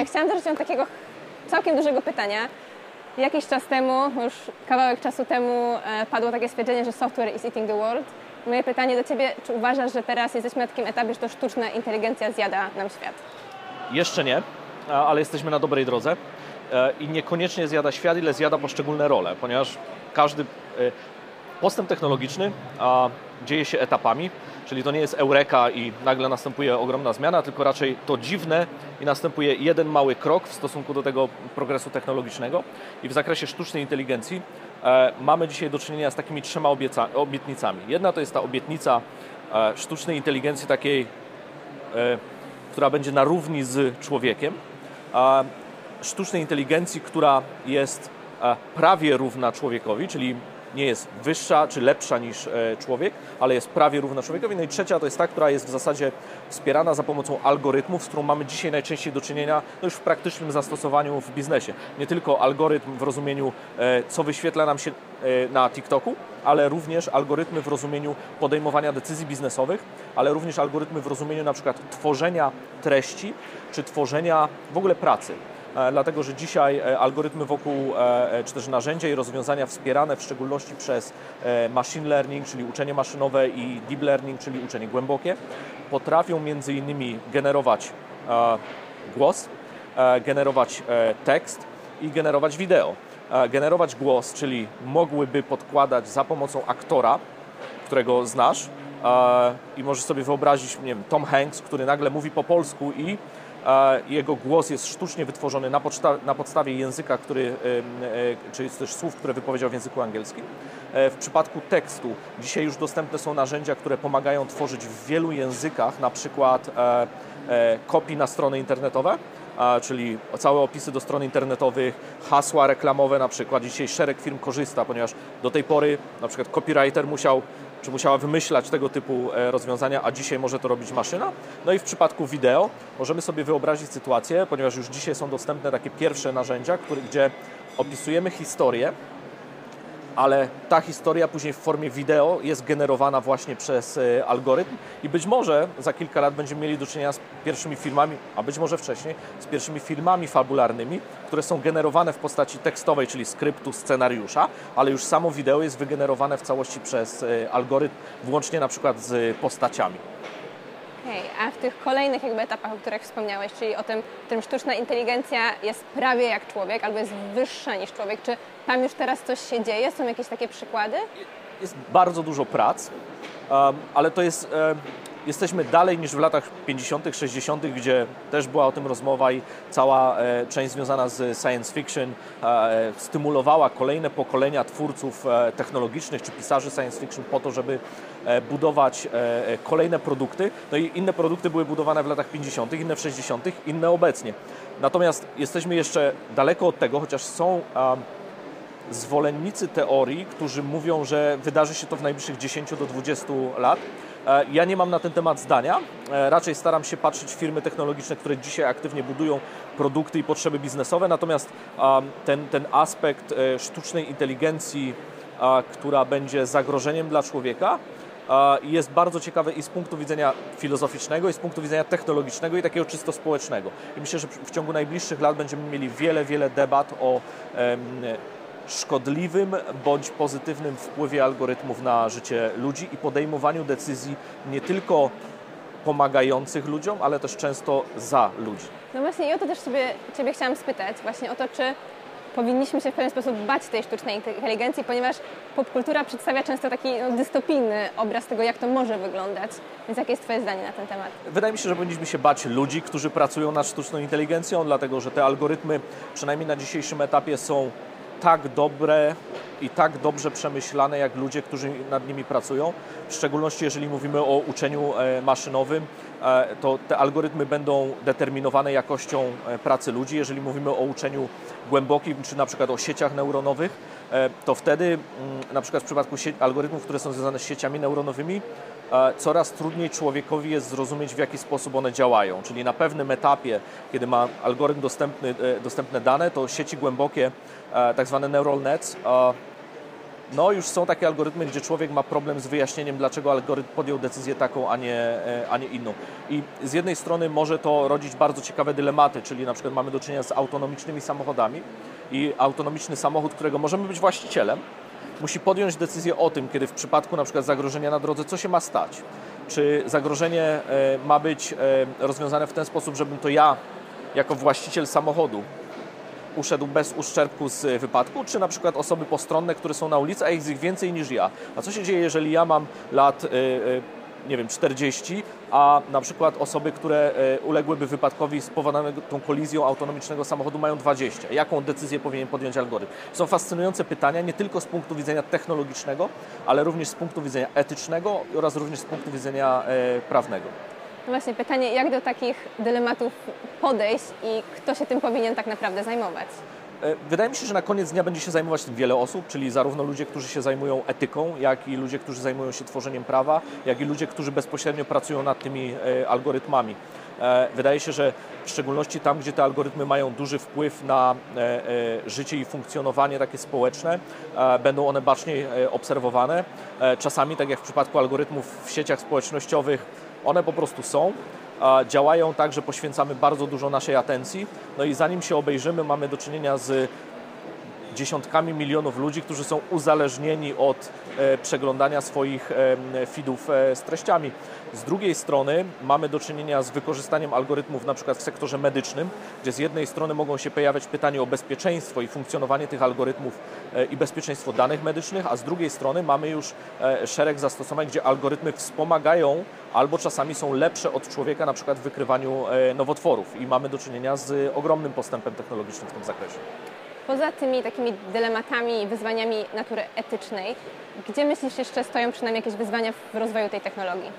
chciałam zacząć od takiego całkiem dużego pytania. Jakiś czas temu, już kawałek czasu temu padło takie stwierdzenie, że software is eating the world. Moje pytanie do Ciebie, czy uważasz, że teraz jesteśmy na takim etapie, że to sztuczna inteligencja zjada nam świat? Jeszcze nie, ale jesteśmy na dobrej drodze i niekoniecznie zjada świat, ile zjada poszczególne role, ponieważ każdy postęp technologiczny dzieje się etapami, czyli to nie jest eureka i nagle następuje ogromna zmiana, tylko raczej to dziwne i następuje jeden mały krok w stosunku do tego progresu technologicznego. I w zakresie sztucznej inteligencji mamy dzisiaj do czynienia z takimi 3 obietnicami. Jedna to jest ta obietnica sztucznej inteligencji takiej, która będzie na równi z człowiekiem, sztucznej inteligencji, która jest prawie równa człowiekowi, czyli nie jest wyższa czy lepsza niż człowiek, ale jest prawie równa człowiekowi. No i trzecia to jest ta, która jest w zasadzie wspierana za pomocą algorytmów, z którą mamy dzisiaj najczęściej do czynienia już w praktycznym zastosowaniu w biznesie. Nie tylko algorytm w rozumieniu, co wyświetla nam się na TikToku, ale również algorytmy w rozumieniu podejmowania decyzji biznesowych, ale również algorytmy w rozumieniu na przykład tworzenia treści czy tworzenia w ogóle pracy. Dlatego, że dzisiaj algorytmy wokół, czy też narzędzia i rozwiązania wspierane w szczególności przez machine learning, czyli uczenie maszynowe i deep learning, czyli uczenie głębokie, potrafią między innymi generować głos, generować tekst i generować wideo. Generować głos, czyli mogłyby podkładać za pomocą aktora, którego znasz i możesz sobie wyobrazić, nie wiem, Tom Hanks, który nagle mówi po polsku i jego głos jest sztucznie wytworzony na podstawie języka, czy też słów, które wypowiedział w języku angielskim. W przypadku tekstu dzisiaj już dostępne są narzędzia, które pomagają tworzyć w wielu językach, na przykład copy na strony internetowe, czyli całe opisy do stron internetowych, hasła reklamowe na przykład. Dzisiaj szereg firm korzysta, ponieważ do tej pory na przykład copywriter musiała wymyślać tego typu rozwiązania, a dzisiaj może to robić maszyna. No i w przypadku wideo możemy sobie wyobrazić sytuację, ponieważ już dzisiaj są dostępne takie pierwsze narzędzia, gdzie opisujemy historię, ale ta historia później w formie wideo jest generowana właśnie przez algorytm i być może za kilka lat będziemy mieli do czynienia z pierwszymi filmami, a być może wcześniej, z pierwszymi filmami fabularnymi, które są generowane w postaci tekstowej, czyli skryptu, scenariusza, ale już samo wideo jest wygenerowane w całości przez algorytm, włącznie na przykład z postaciami. A w tych kolejnych etapach, o których wspomniałeś, czyli o tym, w którym sztuczna inteligencja jest prawie jak człowiek, albo jest wyższa niż człowiek, czy tam już teraz coś się dzieje? Są jakieś takie przykłady? Jest bardzo dużo prac, ale to jest... Jesteśmy dalej niż w latach 50., 60., gdzie też była o tym rozmowa i cała część związana z science fiction stymulowała kolejne pokolenia twórców technologicznych czy pisarzy science fiction po to, żeby budować kolejne produkty. No i inne produkty były budowane w latach 50., inne w 60., inne obecnie. Natomiast jesteśmy jeszcze daleko od tego, chociaż są zwolennicy teorii, którzy mówią, że wydarzy się to w najbliższych 10 do 20 lat. Ja nie mam na ten temat zdania, raczej staram się patrzeć w firmy technologiczne, które dzisiaj aktywnie budują produkty i potrzeby biznesowe, natomiast ten aspekt sztucznej inteligencji, która będzie zagrożeniem dla człowieka, jest bardzo ciekawy i z punktu widzenia filozoficznego, i z punktu widzenia technologicznego, i takiego czysto społecznego. I myślę, że w ciągu najbliższych lat będziemy mieli wiele debat o szkodliwym bądź pozytywnym wpływie algorytmów na życie ludzi i podejmowaniu decyzji nie tylko pomagających ludziom, ale też często za ludzi. No właśnie i o to też Ciebie chciałam spytać, właśnie o to, czy powinniśmy się w pewien sposób bać tej sztucznej inteligencji, ponieważ popkultura przedstawia często taki dystopijny obraz tego, jak to może wyglądać. Więc jakie jest Twoje zdanie na ten temat? Wydaje mi się, że powinniśmy się bać ludzi, którzy pracują nad sztuczną inteligencją, dlatego że te algorytmy, przynajmniej na dzisiejszym etapie, są tak dobre i tak dobrze przemyślane jak ludzie, którzy nad nimi pracują. W szczególności jeżeli mówimy o uczeniu maszynowym, to te algorytmy będą determinowane jakością pracy ludzi. Jeżeli mówimy o uczeniu głębokim, czy na przykład o sieciach neuronowych, to wtedy na przykład w przypadku algorytmów, które są związane z sieciami neuronowymi, coraz trudniej człowiekowi jest zrozumieć, w jaki sposób one działają. Czyli na pewnym etapie, kiedy ma algorytm dostępne dane, to sieci głębokie, tak zwane neural nets, no już są takie algorytmy, gdzie człowiek ma problem z wyjaśnieniem, dlaczego algorytm podjął decyzję taką, a nie inną. I z jednej strony może to rodzić bardzo ciekawe dylematy, czyli na przykład mamy do czynienia z autonomicznymi samochodami i autonomiczny samochód, którego możemy być właścicielem, musi podjąć decyzję o tym, kiedy w przypadku na przykład zagrożenia na drodze, co się ma stać. Czy zagrożenie ma być rozwiązane w ten sposób, żebym to ja, jako właściciel samochodu, uszedł bez uszczerbku z wypadku, czy na przykład osoby postronne, które są na ulicy, a jest ich więcej niż ja. A co się dzieje, jeżeli ja mam lat, nie wiem, 40, a na przykład osoby, które uległyby wypadkowi spowodowanego tą kolizją autonomicznego samochodu, mają 20. Jaką decyzję powinien podjąć algorytm? Są fascynujące pytania, nie tylko z punktu widzenia technologicznego, ale również z punktu widzenia etycznego oraz również z punktu widzenia prawnego. No właśnie, pytanie, jak do takich dylematów podejść i kto się tym powinien tak naprawdę zajmować? Wydaje mi się, że na koniec dnia będzie się zajmować tym wiele osób, czyli zarówno ludzie, którzy się zajmują etyką, jak i ludzie, którzy zajmują się tworzeniem prawa, jak i ludzie, którzy bezpośrednio pracują nad tymi algorytmami. Wydaje się, że w szczególności tam, gdzie te algorytmy mają duży wpływ na życie i funkcjonowanie takie społeczne, będą one baczniej obserwowane. Czasami, tak jak w przypadku algorytmów w sieciach społecznościowych, one po prostu są, działają tak, że poświęcamy bardzo dużo naszej atencji, no i zanim się obejrzymy, mamy do czynienia z dziesiątkami milionów ludzi, którzy są uzależnieni od przeglądania swoich feedów z treściami. Z drugiej strony mamy do czynienia z wykorzystaniem algorytmów na przykład w sektorze medycznym, gdzie z jednej strony mogą się pojawiać pytania o bezpieczeństwo i funkcjonowanie tych algorytmów i bezpieczeństwo danych medycznych, a z drugiej strony mamy już szereg zastosowań, gdzie algorytmy wspomagają albo czasami są lepsze od człowieka na przykład w wykrywaniu nowotworów i mamy do czynienia z ogromnym postępem technologicznym w tym zakresie. Poza tymi takimi dylematami i wyzwaniami natury etycznej, gdzie myślisz jeszcze stoją przynajmniej jakieś wyzwania w rozwoju tej technologii?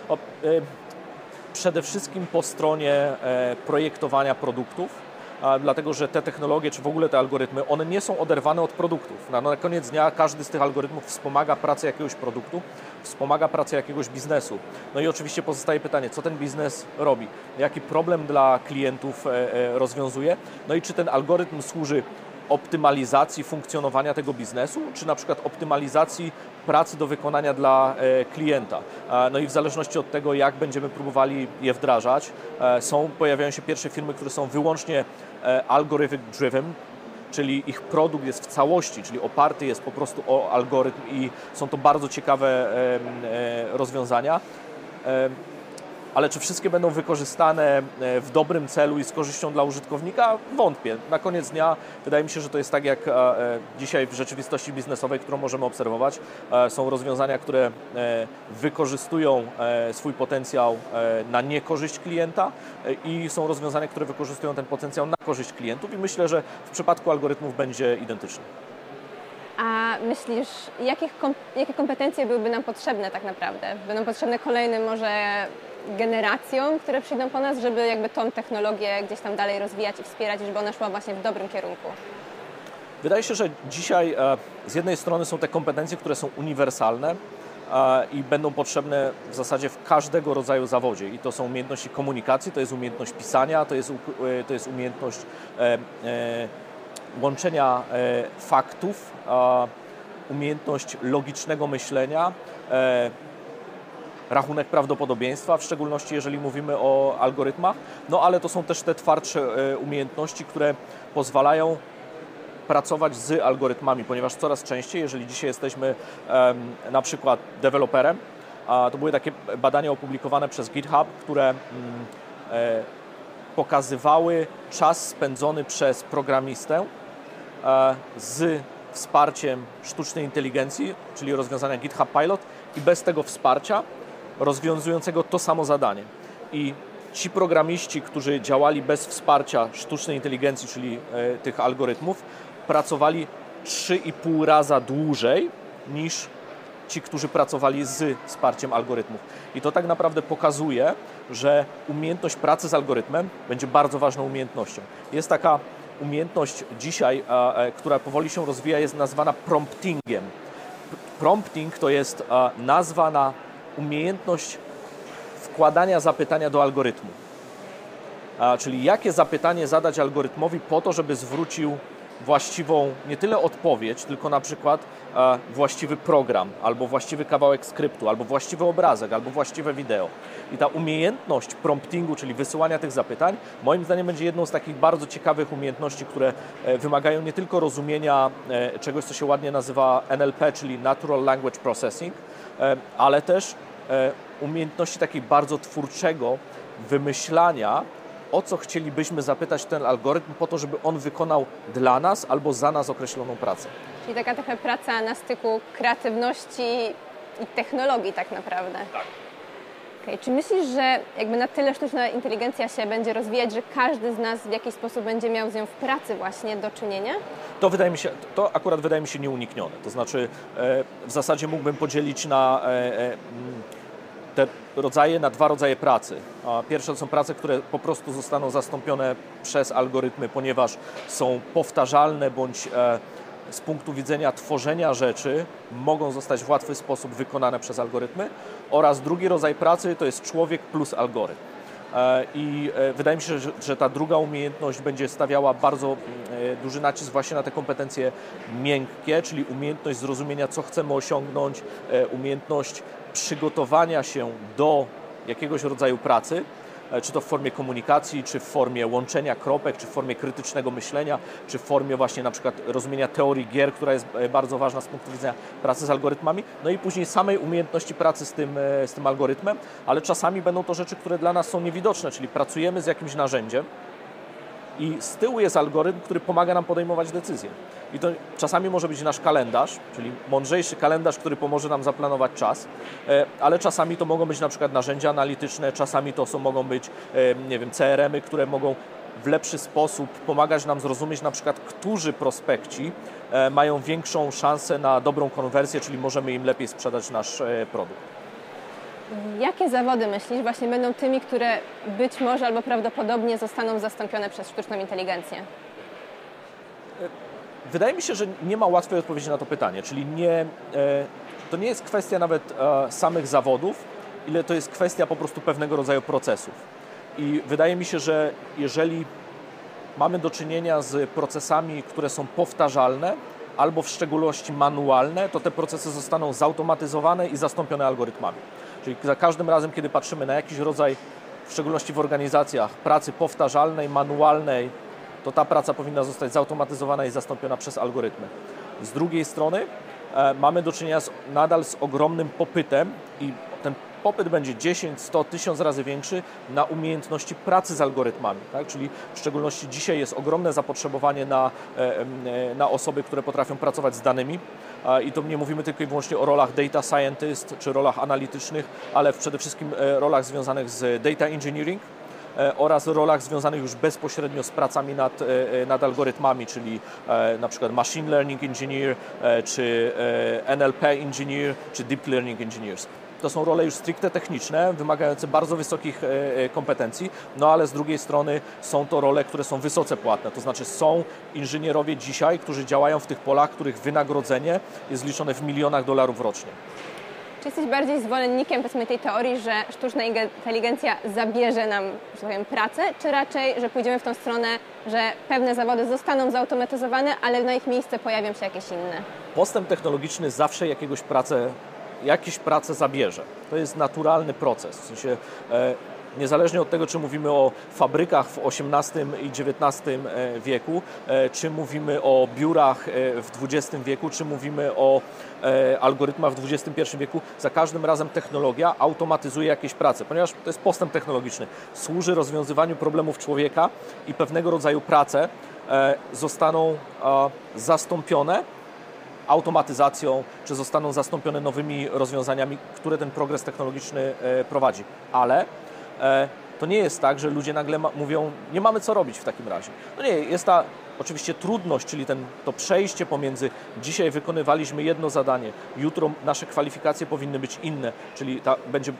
Przede wszystkim po stronie projektowania produktów, dlatego że te technologie, czy w ogóle te algorytmy, one nie są oderwane od produktów. Na koniec dnia każdy z tych algorytmów wspomaga pracę jakiegoś produktu, wspomaga pracę jakiegoś biznesu. No i oczywiście pozostaje pytanie, co ten biznes robi, jaki problem dla klientów rozwiązuje, no i czy ten algorytm służy optymalizacji funkcjonowania tego biznesu, czy na przykład optymalizacji pracy do wykonania dla klienta. No i w zależności od tego, jak będziemy próbowali je wdrażać, pojawiają się pierwsze firmy, które są wyłącznie algorythm driven, czyli ich produkt jest w całości, czyli oparty jest po prostu o algorytm i są to bardzo ciekawe rozwiązania. Ale czy wszystkie będą wykorzystane w dobrym celu i z korzyścią dla użytkownika? Wątpię. Na koniec dnia wydaje mi się, że to jest tak jak dzisiaj w rzeczywistości biznesowej, którą możemy obserwować. Są rozwiązania, które wykorzystują swój potencjał na niekorzyść klienta i są rozwiązania, które wykorzystują ten potencjał na korzyść klientów i myślę, że w przypadku algorytmów będzie identyczny. A myślisz, jakie kompetencje byłyby nam potrzebne tak naprawdę? Będą potrzebne kolejnym może generacjom, które przyjdą po nas, żeby jakby tą technologię gdzieś tam dalej rozwijać i wspierać, żeby ona szła właśnie w dobrym kierunku? Wydaje się, że dzisiaj z jednej strony są te kompetencje, które są uniwersalne i będą potrzebne w zasadzie w każdego rodzaju zawodzie. I to są umiejętności komunikacji, to jest umiejętność pisania, to jest umiejętność łączenia faktów, umiejętność logicznego myślenia, rachunek prawdopodobieństwa, w szczególności jeżeli mówimy o algorytmach, no ale to są też te twardsze umiejętności, które pozwalają pracować z algorytmami, ponieważ coraz częściej, jeżeli dzisiaj jesteśmy na przykład deweloperem, to były takie badania opublikowane przez GitHub, które pokazywały czas spędzony przez programistę z wsparciem sztucznej inteligencji, czyli rozwiązania GitHub Pilot i bez tego wsparcia rozwiązującego to samo zadanie. I ci programiści, którzy działali bez wsparcia sztucznej inteligencji, czyli tych algorytmów, pracowali 3,5 raza dłużej niż ci, którzy pracowali z wsparciem algorytmów. I to tak naprawdę pokazuje, że umiejętność pracy z algorytmem będzie bardzo ważną umiejętnością. Jest taka umiejętność dzisiaj, która powoli się rozwija, jest nazwana promptingiem. Prompting to jest nazwa na umiejętność wkładania zapytania do algorytmu. Czyli jakie zapytanie zadać algorytmowi po to, żeby zwrócił właściwą nie tyle odpowiedź, tylko na przykład właściwy program, albo właściwy kawałek skryptu, albo właściwy obrazek, albo właściwe wideo. I ta umiejętność promptingu, czyli wysyłania tych zapytań, moim zdaniem będzie jedną z takich bardzo ciekawych umiejętności, które wymagają nie tylko rozumienia czegoś, co się ładnie nazywa NLP, czyli Natural Language Processing, ale też umiejętności takiej bardzo twórczego wymyślania, o co chcielibyśmy zapytać ten algorytm po to, żeby on wykonał dla nas albo za nas określoną pracę. Czyli taka trochę praca na styku kreatywności i technologii tak naprawdę. Tak. Okay. Czy myślisz, że jakby na tyle sztuczna inteligencja się będzie rozwijać, że każdy z nas w jakiś sposób będzie miał z nią w pracy właśnie do czynienia? To akurat wydaje mi się nieuniknione. To znaczy w zasadzie mógłbym podzielić te rodzaje na dwa rodzaje pracy. Pierwsze to są prace, które po prostu zostaną zastąpione przez algorytmy, ponieważ są powtarzalne bądź z punktu widzenia tworzenia rzeczy mogą zostać w łatwy sposób wykonane przez algorytmy. Oraz drugi rodzaj pracy to jest człowiek plus algorytm. I wydaje mi się, że ta druga umiejętność będzie stawiała bardzo duży nacisk właśnie na te kompetencje miękkie, czyli umiejętność zrozumienia, co chcemy osiągnąć, umiejętność przygotowania się do jakiegoś rodzaju pracy, czy to w formie komunikacji, czy w formie łączenia kropek, czy w formie krytycznego myślenia, czy w formie właśnie na przykład rozumienia teorii gier, która jest bardzo ważna z punktu widzenia pracy z algorytmami, no i później samej umiejętności pracy z tym algorytmem, ale czasami będą to rzeczy, które dla nas są niewidoczne, czyli pracujemy z jakimś narzędziem i z tyłu jest algorytm, który pomaga nam podejmować decyzje. I to czasami może być nasz kalendarz, czyli mądrzejszy kalendarz, który pomoże nam zaplanować czas, ale czasami to mogą być na przykład narzędzia analityczne, czasami to mogą być, nie wiem, CRM-y, które mogą w lepszy sposób pomagać nam zrozumieć na przykład, którzy prospekci mają większą szansę na dobrą konwersję, czyli możemy im lepiej sprzedać nasz produkt. Jakie zawody, myślisz, właśnie będą tymi, które być może albo prawdopodobnie zostaną zastąpione przez sztuczną inteligencję? Wydaje mi się, że nie ma łatwej odpowiedzi na to pytanie, czyli to nie jest kwestia nawet samych zawodów, ile to jest kwestia po prostu pewnego rodzaju procesów. I wydaje mi się, że jeżeli mamy do czynienia z procesami, które są powtarzalne, albo w szczególności manualne, to te procesy zostaną zautomatyzowane i zastąpione algorytmami. Czyli za każdym razem, kiedy patrzymy na jakiś rodzaj, w szczególności w organizacjach, pracy powtarzalnej, manualnej, to ta praca powinna zostać zautomatyzowana i zastąpiona przez algorytmy. Z drugiej strony mamy do czynienia nadal z ogromnym popytem i ten popyt będzie 10, 100, 1000 razy większy na umiejętności pracy z algorytmami. Tak? Czyli w szczególności dzisiaj jest ogromne zapotrzebowanie na osoby, które potrafią pracować z danymi. I to nie mówimy tylko i wyłącznie o rolach data scientist czy rolach analitycznych, ale przede wszystkim rolach związanych z data engineering oraz rolach związanych już bezpośrednio z pracami nad algorytmami, czyli na przykład machine learning engineer, czy NLP engineer, czy deep learning engineers. To są role już stricte techniczne, wymagające bardzo wysokich kompetencji, no ale z drugiej strony są to role, które są wysoce płatne, to znaczy są inżynierowie dzisiaj, którzy działają w tych polach, których wynagrodzenie jest liczone w milionach dolarów rocznie. Czy jesteś bardziej zwolennikiem, powiedzmy, tej teorii, że sztuczna inteligencja zabierze nam, że tak powiem, pracę, czy raczej, że pójdziemy w tą stronę, że pewne zawody zostaną zautomatyzowane, ale na ich miejsce pojawią się jakieś inne? Postęp technologiczny zawsze jakieś pracę zabierze. To jest naturalny proces. W sensie, niezależnie od tego, czy mówimy o fabrykach w XVIII i XIX wieku, czy mówimy o biurach w XX wieku, czy mówimy o algorytmach w XXI wieku, za każdym razem technologia automatyzuje jakieś prace, ponieważ to jest postęp technologiczny. Służy rozwiązywaniu problemów człowieka i pewnego rodzaju prace zostaną zastąpione automatyzacją, czy zostaną zastąpione nowymi rozwiązaniami, które ten progres technologiczny prowadzi. Ale to nie jest tak, że ludzie nagle mówią, nie mamy co robić w takim razie. No nie, jest ta oczywiście trudność, czyli to przejście pomiędzy dzisiaj wykonywaliśmy jedno zadanie, jutro nasze kwalifikacje powinny być inne, czyli będzie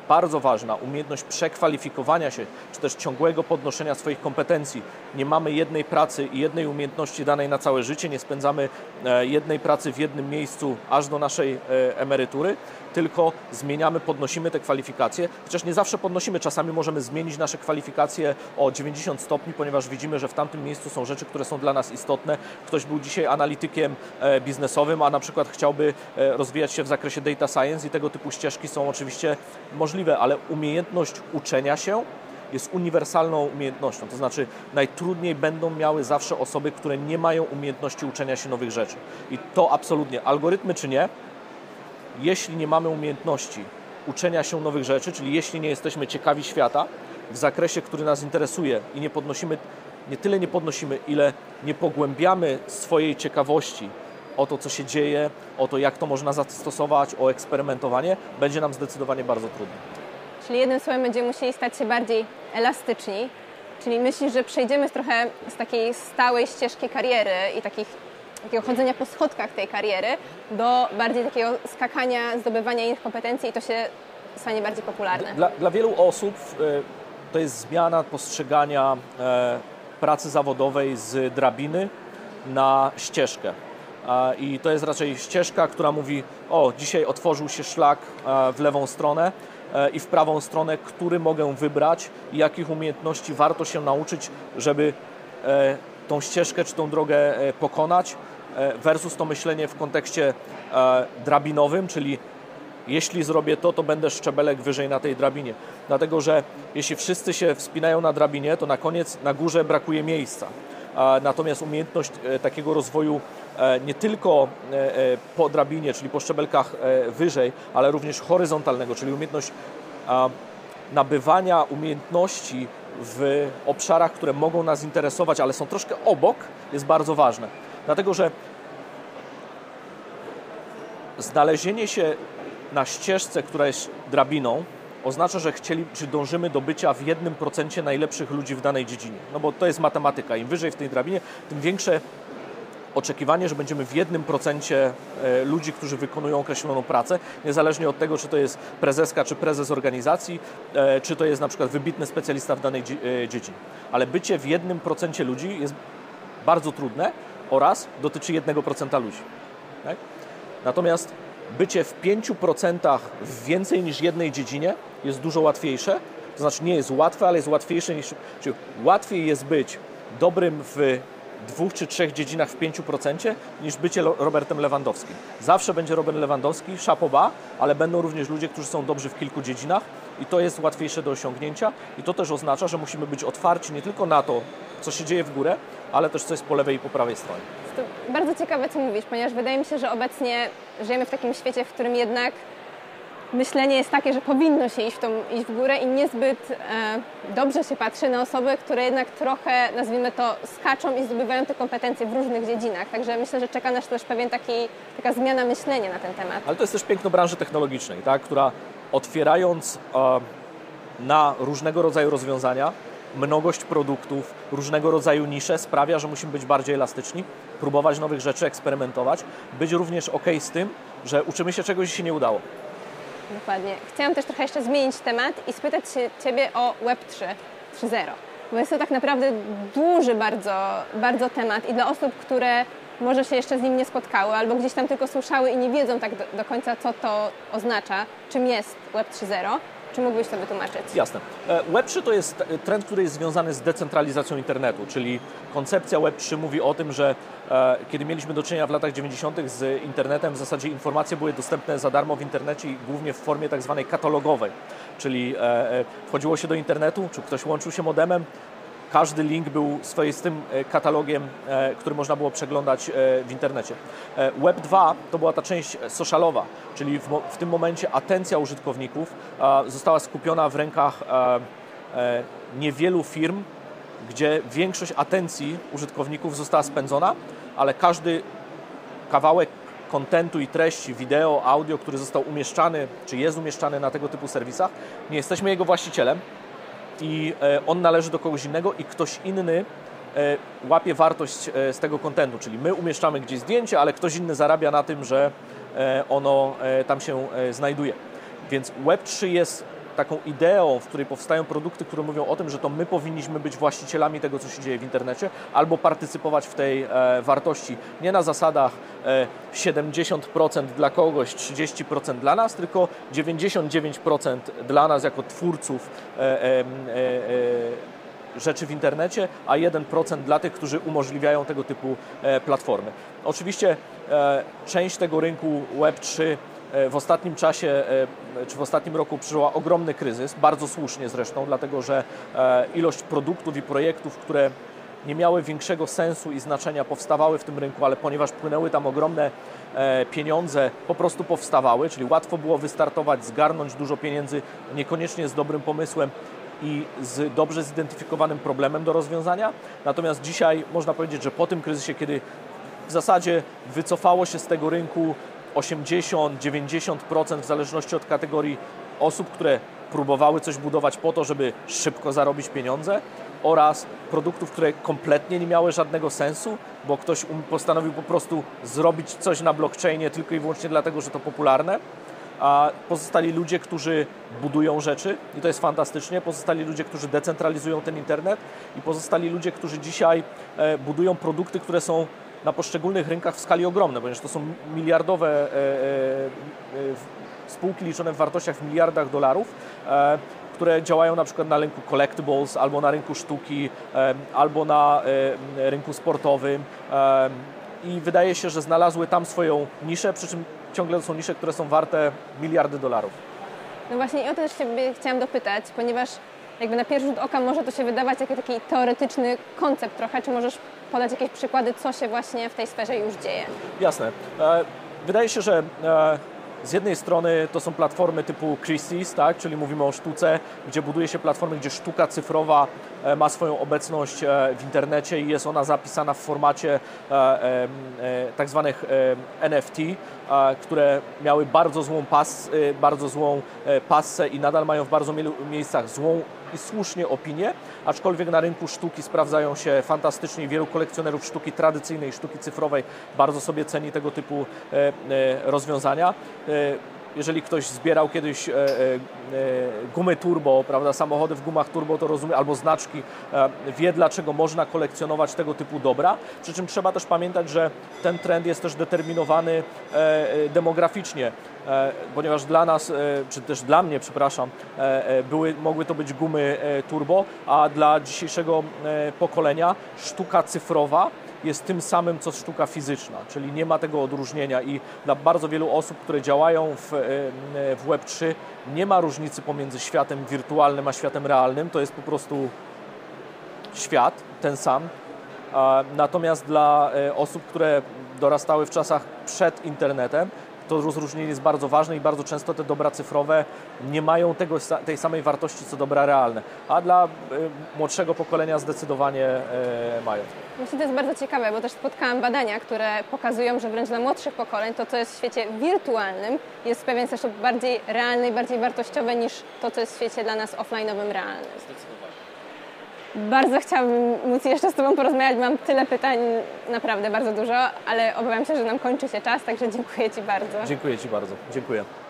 bardzo ważna umiejętność przekwalifikowania się, czy też ciągłego podnoszenia swoich kompetencji. Nie mamy jednej pracy i jednej umiejętności danej na całe życie, nie spędzamy jednej pracy w jednym miejscu aż do naszej emerytury, tylko zmieniamy, podnosimy te kwalifikacje, chociaż nie zawsze podnosimy, czasami możemy zmienić nasze kwalifikacje o 90 stopni, ponieważ widzimy, że w tamtym miejscu są rzeczy, które są dla nas istotne. Ktoś był dzisiaj analitykiem biznesowym, a na przykład chciałby rozwijać się w zakresie data science i tego typu ścieżki są oczywiście możliwe, ale umiejętność uczenia się jest uniwersalną umiejętnością, to znaczy najtrudniej będą miały zawsze osoby, które nie mają umiejętności uczenia się nowych rzeczy. I to absolutnie, algorytmy czy nie, jeśli nie mamy umiejętności uczenia się nowych rzeczy, czyli jeśli nie jesteśmy ciekawi świata w zakresie, który nas interesuje i nie tyle nie podnosimy, ile nie pogłębiamy swojej ciekawości o to, co się dzieje, o to, jak to można zastosować, o eksperymentowanie, będzie nam zdecydowanie bardzo trudno. Czyli jednym słowem będziemy musieli stać się bardziej elastyczni, czyli myślisz, że przejdziemy trochę z takiej stałej ścieżki kariery i takiego chodzenia po schodkach tej kariery do bardziej takiego skakania, zdobywania innych kompetencji i to się stanie bardziej popularne. Dla wielu osób to jest zmiana postrzegania pracy zawodowej z drabiny na ścieżkę. I to jest raczej ścieżka, która mówi, dzisiaj otworzył się szlak w lewą stronę i w prawą stronę, który mogę wybrać i jakich umiejętności warto się nauczyć, żeby tą ścieżkę czy tą drogę pokonać, versus to myślenie w kontekście drabinowym, czyli jeśli zrobię to, to będę szczebelek wyżej na tej drabinie. Dlatego, że jeśli wszyscy się wspinają na drabinie, to na koniec na górze brakuje miejsca. Natomiast umiejętność takiego rozwoju nie tylko po drabinie, czyli po szczebelkach wyżej, ale również horyzontalnego, czyli umiejętność nabywania umiejętności w obszarach, które mogą nas interesować, ale są troszkę obok, jest bardzo ważne. Dlatego, że znalezienie się na ścieżce, która jest drabiną, oznacza, że dążymy do bycia w 1% najlepszych ludzi w danej dziedzinie. No bo to jest matematyka. Im wyżej w tej drabinie, tym większe oczekiwanie, że będziemy w 1% ludzi, którzy wykonują określoną pracę, niezależnie od tego, czy to jest prezeska, czy prezes organizacji, czy to jest na przykład wybitny specjalista w danej dziedzinie. Ale bycie w 1% ludzi jest bardzo trudne oraz dotyczy 1% ludzi. Tak? Natomiast bycie w 5% w więcej niż jednej dziedzinie jest dużo łatwiejsze. To znaczy nie jest łatwe, ale jest łatwiejsze niż... Czyli łatwiej jest być dobrym w 2 czy 3 dziedzinach w 5% niż bycie Robertem Lewandowskim. Zawsze będzie Robert Lewandowski, chapeau bas, ale będą również ludzie, którzy są dobrzy w kilku dziedzinach i to jest łatwiejsze do osiągnięcia i to też oznacza, że musimy być otwarci nie tylko na to, co się dzieje w górę, ale też co jest po lewej i po prawej stronie. To bardzo ciekawe, co mówisz, ponieważ wydaje mi się, że obecnie żyjemy w takim świecie, w którym jednak myślenie jest takie, że powinno się iść w górę i niezbyt dobrze się patrzy na osoby, które jednak trochę, nazwijmy to, skaczą i zdobywają te kompetencje w różnych dziedzinach. Także myślę, że czeka nas też taka zmiana myślenia na ten temat. Ale to jest też piękno branży technologicznej, tak, która otwierając na różnego rodzaju rozwiązania, mnogość produktów, różnego rodzaju nisze sprawia, że musimy być bardziej elastyczni, próbować nowych rzeczy, eksperymentować, być również okej z tym, że uczymy się czegoś i się nie udało. Dokładnie. Chciałam też trochę jeszcze zmienić temat i spytać się Ciebie o Web 3.0, bo jest to tak naprawdę duży bardzo temat i dla osób, które może się jeszcze z nim nie spotkały albo gdzieś tam tylko słyszały i nie wiedzą tak do końca, co to oznacza, czym jest Web 3.0, czy mógłbyś to wytłumaczyć? Jasne. Web3 to jest trend, który jest związany z decentralizacją internetu, czyli koncepcja Web3 mówi o tym, że kiedy mieliśmy do czynienia w latach 90. z internetem, w zasadzie informacje były dostępne za darmo w internecie i głównie w formie tak zwanej katalogowej, czyli wchodziło się do internetu, czy ktoś łączył się modemem, każdy link był swoistym katalogiem, który można było przeglądać w internecie. Web 2 to była ta część socialowa, czyli w tym momencie atencja użytkowników została skupiona w rękach niewielu firm, gdzie większość atencji użytkowników została spędzona, ale każdy kawałek kontentu i treści, wideo, audio, który został umieszczany, czy jest umieszczany na tego typu serwisach, nie jesteśmy jego właścicielem, i on należy do kogoś innego i ktoś inny łapie wartość z tego kontentu, czyli my umieszczamy gdzieś zdjęcie, ale ktoś inny zarabia na tym, że ono tam się znajduje. Więc Web3 jest taką ideą, w której powstają produkty, które mówią o tym, że to my powinniśmy być właścicielami tego, co się dzieje w internecie, albo partycypować w tej wartości. Nie na zasadach 70% dla kogoś, 30% dla nas, tylko 99% dla nas jako twórców rzeczy w internecie, a 1% dla tych, którzy umożliwiają tego typu platformy. Oczywiście część tego rynku Web3 w ostatnim czasie, czy w ostatnim roku przeżyła ogromny kryzys, bardzo słusznie zresztą, dlatego że ilość produktów i projektów, które nie miały większego sensu i znaczenia, powstawały w tym rynku, ale ponieważ płynęły tam ogromne pieniądze, po prostu powstawały, czyli łatwo było wystartować, zgarnąć dużo pieniędzy, niekoniecznie z dobrym pomysłem i z dobrze zidentyfikowanym problemem do rozwiązania. Natomiast dzisiaj można powiedzieć, że po tym kryzysie, kiedy w zasadzie wycofało się z tego rynku 80-90% w zależności od kategorii osób, które próbowały coś budować po to, żeby szybko zarobić pieniądze, oraz produktów, które kompletnie nie miały żadnego sensu, bo ktoś postanowił po prostu zrobić coś na blockchainie tylko i wyłącznie dlatego, że to popularne. A pozostali ludzie, którzy budują rzeczy i to jest fantastycznie, pozostali ludzie, którzy decentralizują ten internet i pozostali ludzie, którzy dzisiaj budują produkty, które są na poszczególnych rynkach w skali ogromne, ponieważ to są miliardowe spółki liczone w wartościach w miliardach dolarów, które działają na przykład na rynku collectibles, albo na rynku sztuki, albo na rynku sportowym i wydaje się, że znalazły tam swoją niszę, przy czym ciągle to są nisze, które są warte miliardy dolarów. No właśnie i o to też Ciebie chciałam dopytać, ponieważ jakby na pierwszy rzut oka może to się wydawać jako taki teoretyczny koncept trochę. Czy możesz podać jakieś przykłady, co się właśnie w tej sferze już dzieje? Jasne. Wydaje się, że z jednej strony to są platformy typu Christie's, tak? Czyli mówimy o sztuce, gdzie buduje się platformy, gdzie sztuka cyfrowa ma swoją obecność w internecie i jest ona zapisana w formacie tak zwanych NFT, które miały bardzo złą passę i nadal mają w bardzo wielu miejscach złą i słusznie opinię, aczkolwiek na rynku sztuki sprawdzają się fantastycznie i wielu kolekcjonerów sztuki tradycyjnej, sztuki cyfrowej bardzo sobie ceni tego typu rozwiązania. Jeżeli ktoś zbierał kiedyś gumy turbo, prawda, samochody w gumach turbo, to rozumie, albo znaczki, wie, dlaczego można kolekcjonować tego typu dobra. Przy czym trzeba też pamiętać, że ten trend jest też determinowany demograficznie, ponieważ dla nas, czy też dla mnie, przepraszam, mogły to być gumy turbo, a dla dzisiejszego pokolenia sztuka cyfrowa jest tym samym, co sztuka fizyczna, czyli nie ma tego odróżnienia i dla bardzo wielu osób, które działają w Web3 nie ma różnicy pomiędzy światem wirtualnym a światem realnym, to jest po prostu świat, ten sam. Natomiast dla osób, które dorastały w czasach przed internetem, to rozróżnienie jest bardzo ważne i bardzo często te dobra cyfrowe nie mają tej samej wartości, co dobra realne, a dla młodszego pokolenia zdecydowanie mają. Myślę, to jest bardzo ciekawe, bo też spotkałam badania, które pokazują, że wręcz dla młodszych pokoleń to, co jest w świecie wirtualnym, jest w pewien sposób bardziej realne i bardziej wartościowe niż to, co jest w świecie dla nas offline'owym realnym. Bardzo chciałabym móc jeszcze z Tobą porozmawiać, mam tyle pytań, naprawdę bardzo dużo, ale obawiam się, że nam kończy się czas, także dziękuję Ci bardzo. Dziękuję Ci bardzo, dziękuję.